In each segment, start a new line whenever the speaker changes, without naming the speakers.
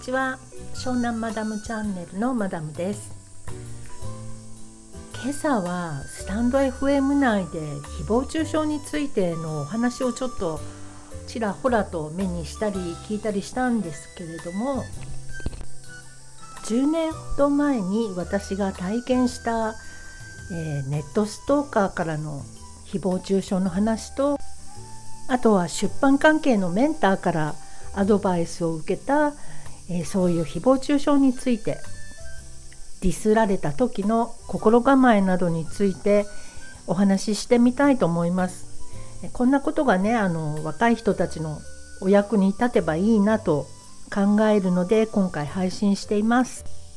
ちは。湘南マダムチャンネルのマダムです。今朝はスタンド FM 内で誹謗中傷についてのお話をちょっとちらほらと目にしたり聞いたりしたんですけれども、10年ほど前に私が体験した、ネットストーカーからの誹謗中傷の話と、あとは出版関係のメンターからアドバイスを受けた、そういう誹謗中傷について、ディスられた時の心構えなどについてお話ししてみたいと思います。こんなことがね、若い人たちのお役に立てばいいなと考えるので今回配信しています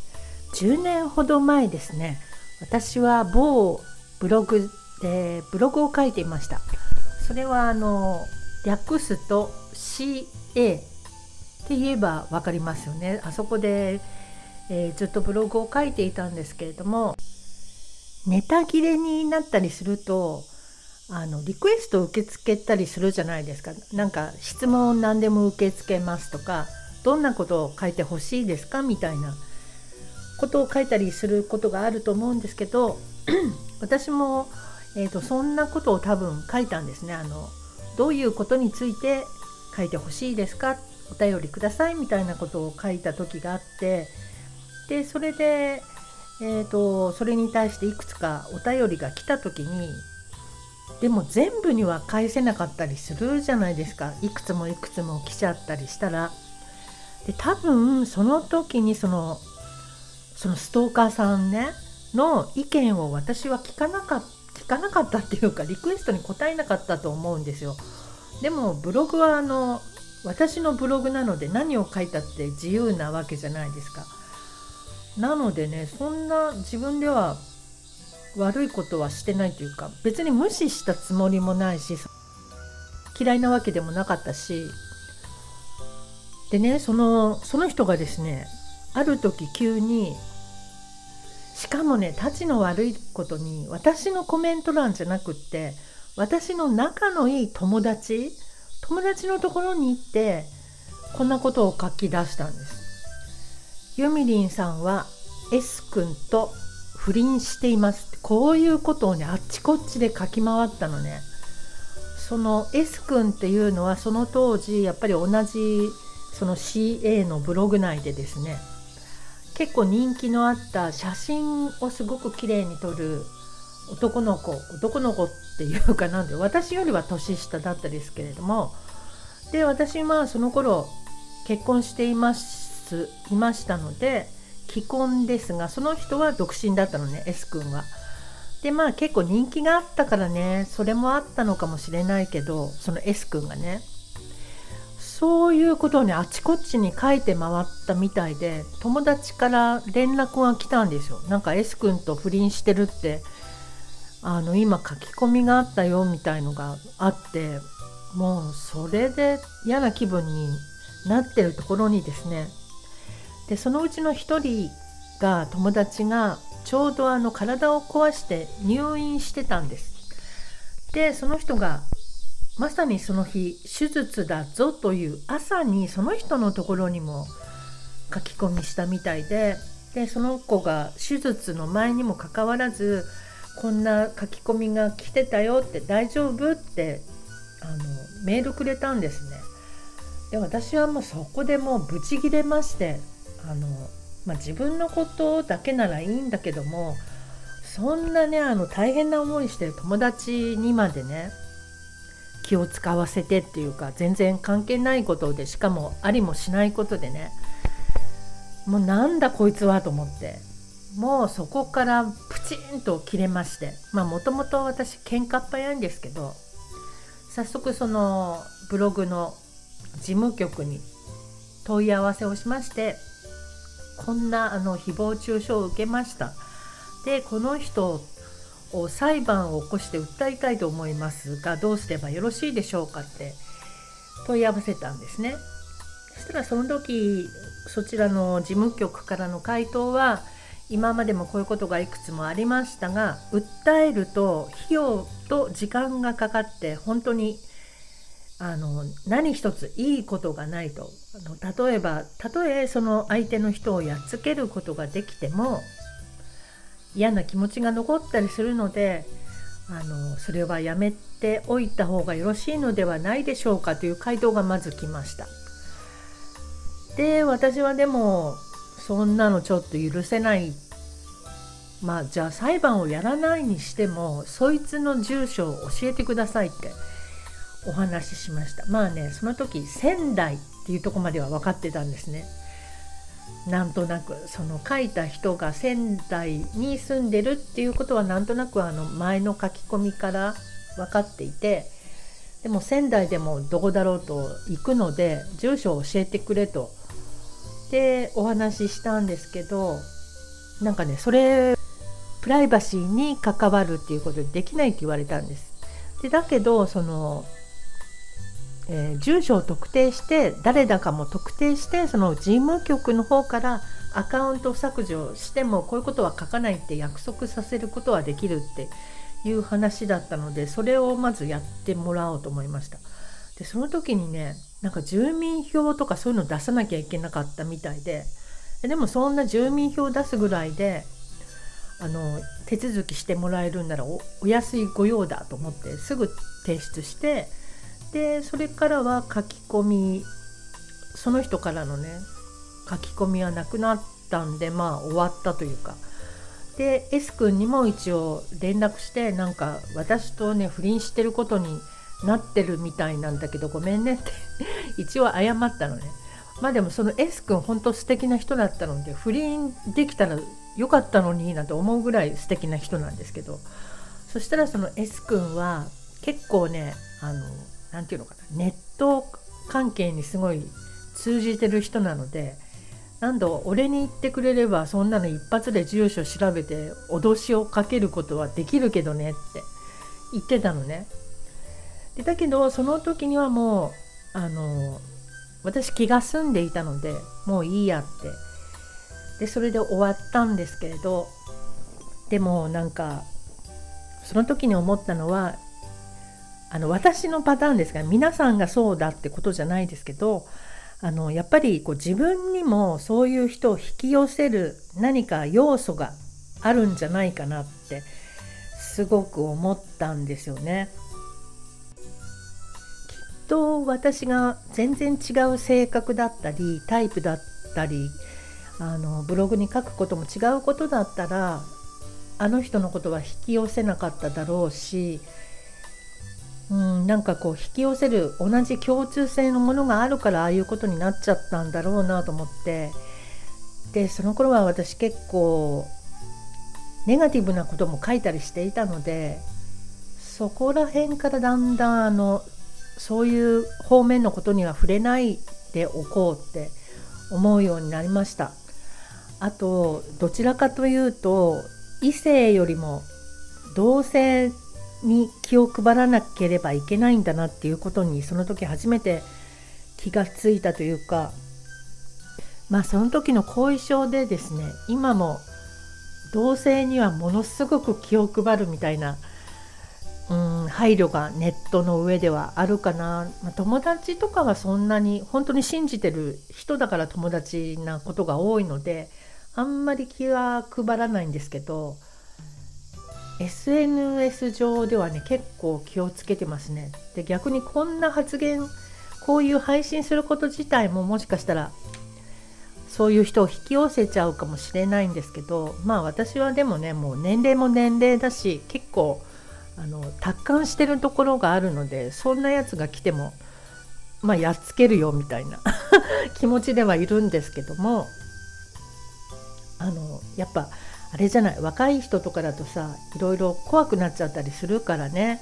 。10年ほど前ですね、私は某ブログでブログを書いていました。それは略すと CA って言えば分かりますよね。あそこで、ずっとブログを書いていたんですけれども、ネタ切れになったりするとリクエストを受け付けたりするじゃないですか。なんか質問何でも受け付けますとか、どんなことを書いてほしいですかみたいなことを書いたりすることがあると思うんですけど私も、そんなことを多分書いたんですね。どういうことについて書いてほしいですか、お便りくださいみたいなことを書いた時があって、でそれで、それに対していくつかお便りが来た時に、でも全部には返せなかったりするじゃないですか。いくつも来ちゃったりしたら。で多分その時にそのストーカーさんねの意見を私は聞かなかったっていうか、リクエストに答えなかったと思うんですよ。でもブログは私のブログなので何を書いたって自由なわけじゃないですか。なのでね、そんな自分では悪いことはしてないというか、別に無視したつもりもないし、嫌いなわけでもなかったし、でね、その人がですね、ある時急に、しかもね、たちの悪いことに私のコメント欄じゃなくって、私の仲のいい友達のところに行ってこんなことを書き出したんです。ゆみりんさんは S 君と不倫しています。こういうことをね、あっちこっちで書き回ったのね。その S 君っていうのはその当時やっぱり同じその CA のブログ内でですね、結構人気のあった写真をすごく綺麗に撮る男の子っていうか、なんで私よりは年下だったですけれども、で私その頃結婚していましたので既婚ですが、その人は独身だったのね、 S 君は。で結構人気があったからね、それもあったのかもしれないけど、その S 君がね、そういうことをね、あちこちに書いて回ったみたいで、友達から連絡が来たんですよ。なんか S 君と不倫してるって、今書き込みがあったよみたいのがあって、もうそれで嫌な気分になってるところにですね、でそのうちの一人が、友達がちょうど体を壊して入院してたんです。でその人がまさにその日手術だぞという朝にその人のところにも書き込みしたみたいで、その子が手術の前にもかかわらず、こんな書き込みが来てたよって、大丈夫ってメールくれたんですね。で私はもうそこでもうブチギレまして、自分のことだけならいいんだけども、そんなね大変な思いしてる友達にまでね気を使わせてっていうか、全然関係ないことで、しかもありもしないことでね、もうなんだこいつはと思って、もうそこからプチンと切れまして、もともと私喧嘩っ早いんですけど、早速そのブログの事務局に問い合わせをしまして、こんな誹謗中傷を受けました。でこの人を裁判を起こして訴えたいと思いますが、どうすればよろしいでしょうかって問い合わせたんですね。そしたらその時そちらの事務局からの回答は、今までもこういうことがいくつもありましたが、訴えると費用と時間がかかって本当に何一ついいことがないと。例えばたとえその相手の人をやっつけることができても嫌な気持ちが残ったりするので、それはやめておいた方がよろしいのではないでしょうかという回答がまず来ました。で、私はでもそんなのちょっと許せない。じゃあ裁判をやらないにしてもそいつの住所を教えてくださいってお話ししました。その時仙台っていうところまでは分かってたんですね。なんとなくその書いた人が仙台に住んでるっていうことはなんとなく前の書き込みから分かっていて、でも仙台でもどこだろうと行くので住所を教えてくれとでお話ししたんですけど、それプライバシーに関わるっていうことでできないって言われたんです。でだけど住所を特定して誰だかも特定してその事務局の方からアカウント削除してもこういうことは書かないって約束させることはできるっていう話だったので、それをまずやってもらおうと思いました。でその時にね、住民票とかそういうの出さなきゃいけなかったみたいで、でもそんな住民票を出すぐらいで手続きしてもらえるんなら お安い御用だと思ってすぐ提出して、でそれからは書き込み、その人からのね書き込みはなくなったんで終わったというか、で S 君にも一応連絡して私とね不倫してることになってるみたいなんだけどごめんねって一応謝ったのね。でもその S 君本当素敵な人だったので不倫できたらよかったのになんて思うぐらい素敵な人なんですけど、そしたらその S 君は結構ねなんていうのかな、ネット関係にすごい通じてる人なので、俺に言ってくれればそんなの一発で住所調べて脅しをかけることはできるけどねって言ってたのね。でだけどその時にはもう私気が済んでいたのでもういいやってでそれで終わったんですけれど、でもその時に思ったのは私のパターンですが、皆さんがそうだってことじゃないですけど、やっぱり自分にもそういう人を引き寄せる何か要素があるんじゃないかなってすごく思ったんですよね。きっと私が全然違う性格だったりタイプだったりブログに書くことも違うことだったらあの人のことは引き寄せなかっただろうし、引き寄せる同じ共通性のものがあるからああいうことになっちゃったんだろうなと思って、でその頃は私結構ネガティブなことも書いたりしていたので、そこら辺からだんだんそういう方面のことには触れないでおこうって思うようになりました。あとどちらかというと異性よりも同性に気を配らなければいけないんだなっていうことにその時初めて気がついたというか、その時の後遺症でですね、今も同性にはものすごく気を配るみたいな、配慮がネットの上ではあるかな。友達とかはそんなに本当に信じてる人だから友達なことが多いのであんまり気は配らないんですけど、SNS 上ではね結構気をつけてますね。で逆にこんな発言、こういう配信すること自体ももしかしたらそういう人を引き寄せちゃうかもしれないんですけど、私はでもねもう年齢も年齢だし結構達観してるところがあるので、そんなやつが来てもやっつけるよみたいな気持ちではいるんですけども、やっぱあれじゃない、若い人とかだとさいろいろ怖くなっちゃったりするからね。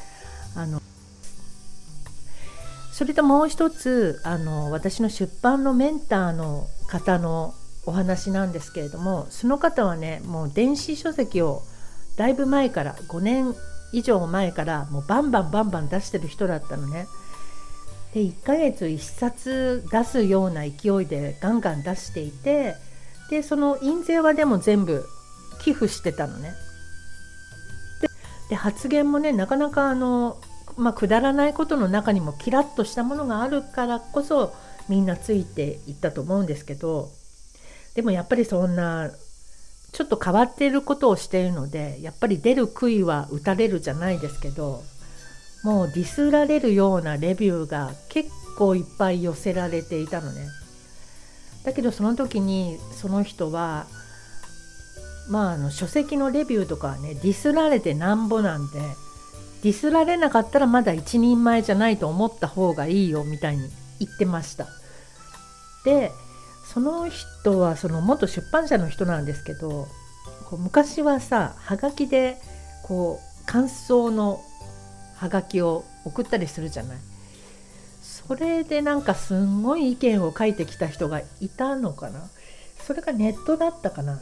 それともう一つ私の出版のメンターの方のお話なんですけれども、その方はねもう電子書籍をだいぶ前から5年以上前からもうバンバン出してる人だったのね。で1ヶ月1冊出すような勢いでガンガン出していて、でその印税はでも全部寄付してたのね。で発言もねなかなかくだらないことの中にもキラッとしたものがあるからこそみんなついていったと思うんですけど、でもやっぱりそんなちょっと変わっていることをしているので、やっぱり出る杭は打たれるじゃないですけど、もうディスられるようなレビューが結構いっぱい寄せられていたのね。だけどその時にその人は書籍のレビューとかはね、ディスられてなんぼなんで、ディスられなかったらまだ一人前じゃないと思った方がいいよみたいに言ってました。でその人はその元出版社の人なんですけど、昔はさ、はがきで感想のはがきを送ったりするじゃない。それでなんかすんごい意見を書いてきた人がいたのかな。それがネットだったかな。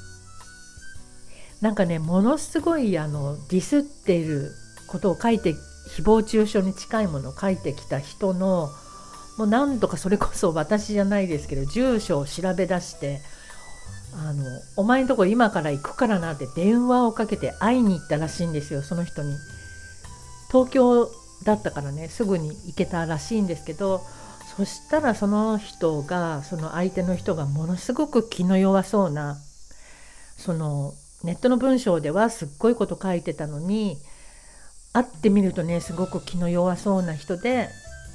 なんかね、ものすごいディスっていることを書いて、誹謗中傷に近いものを書いてきた人の、もう何度かそれこそ私じゃないですけど住所を調べ出して、お前んとこ今から行くからなって電話をかけて会いに行ったらしいんですよ。その人に東京だったからね、すぐに行けたらしいんですけど、そしたらその人が、その相手の人がものすごく気の弱そうな、そのネットの文章ではすっごいこと書いてたのに、会ってみるとね、すごく気の弱そうな人で、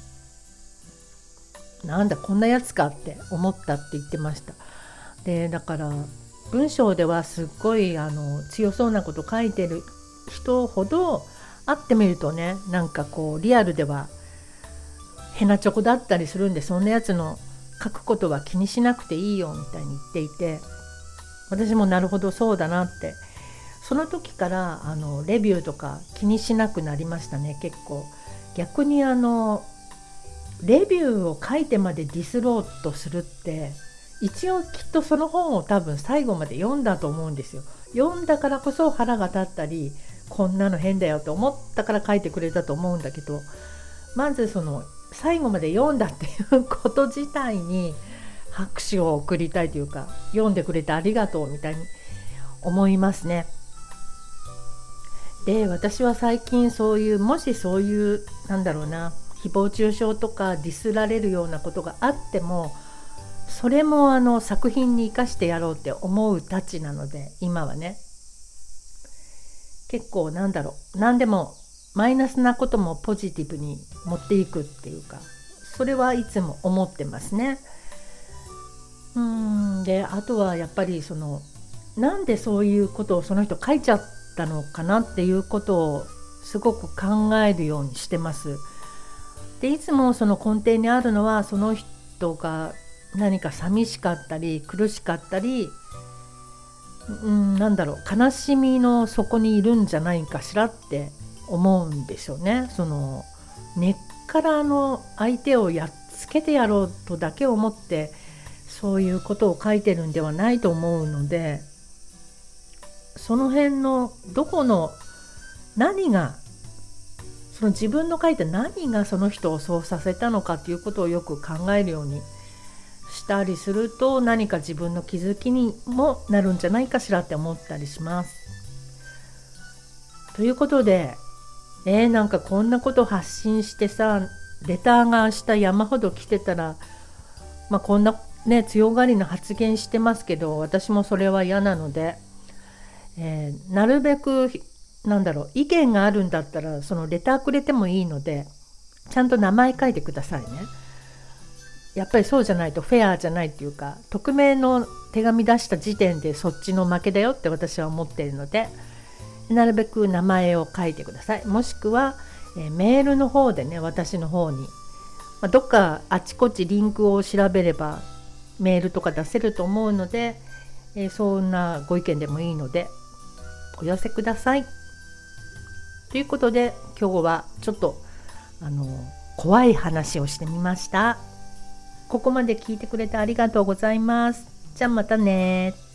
なんだこんなやつかって思ったって言ってました。でだから文章ではすっごい強そうなこと書いてる人ほど、会ってみるとね、なんかリアルではヘナチョコだったりするんで、そんなやつの書くことは気にしなくていいよみたいに言っていて、私もなるほどそうだなって、その時からレビューとか気にしなくなりましたね。結構逆にレビューを書いてまでディスろうとするって、一応きっとその本を多分最後まで読んだと思うんですよ。読んだからこそ腹が立ったり、こんなの変だよと思ったから書いてくれたと思うんだけど、まずその最後まで読んだっていうこと自体に拍手を送りたいというか、読んでくれてありがとうみたいに思いますね。で私は最近もしそういう誹謗中傷とかディスられるようなことがあっても、それも作品に生かしてやろうって思うたちなので、今はね、結構何でもマイナスなこともポジティブに持っていくっていうか、それはいつも思ってますね。であとはやっぱりなんでそういうことをその人書いちゃったのかなっていうことをすごく考えるようにしてます。でいつもその根底にあるのは、その人が何か寂しかったり苦しかったり、悲しみの底にいるんじゃないかしらって思うんでしょうね。根っから相手をやっつけてやろうとだけ思ってそういうことを書いてるんではないと思うので、その辺のどこの何が、その自分の書いた何がその人をそうさせたのかということをよく考えるようにしたりすると、何か自分の気づきにもなるんじゃないかしらって思ったりします。ということで、なんかこんなこと発信してさ、レターが明日山ほど来てたら、こんなね強がりな発言してますけど、私もそれは嫌なので、なるべく意見があるんだったらそのレターくれてもいいので、ちゃんと名前書いてくださいね。やっぱりそうじゃないとフェアじゃないっていうか、匿名の手紙出した時点でそっちの負けだよって私は思っているので、なるべく名前を書いてください。もしくは、メールの方でね、私の方に、どっかあちこちリンクを調べればメールとか出せると思うので、そんなご意見でもいいのでお寄せください。ということで、今日はちょっと怖い話をしてみました。ここまで聞いてくれてありがとうございます。じゃあまたね。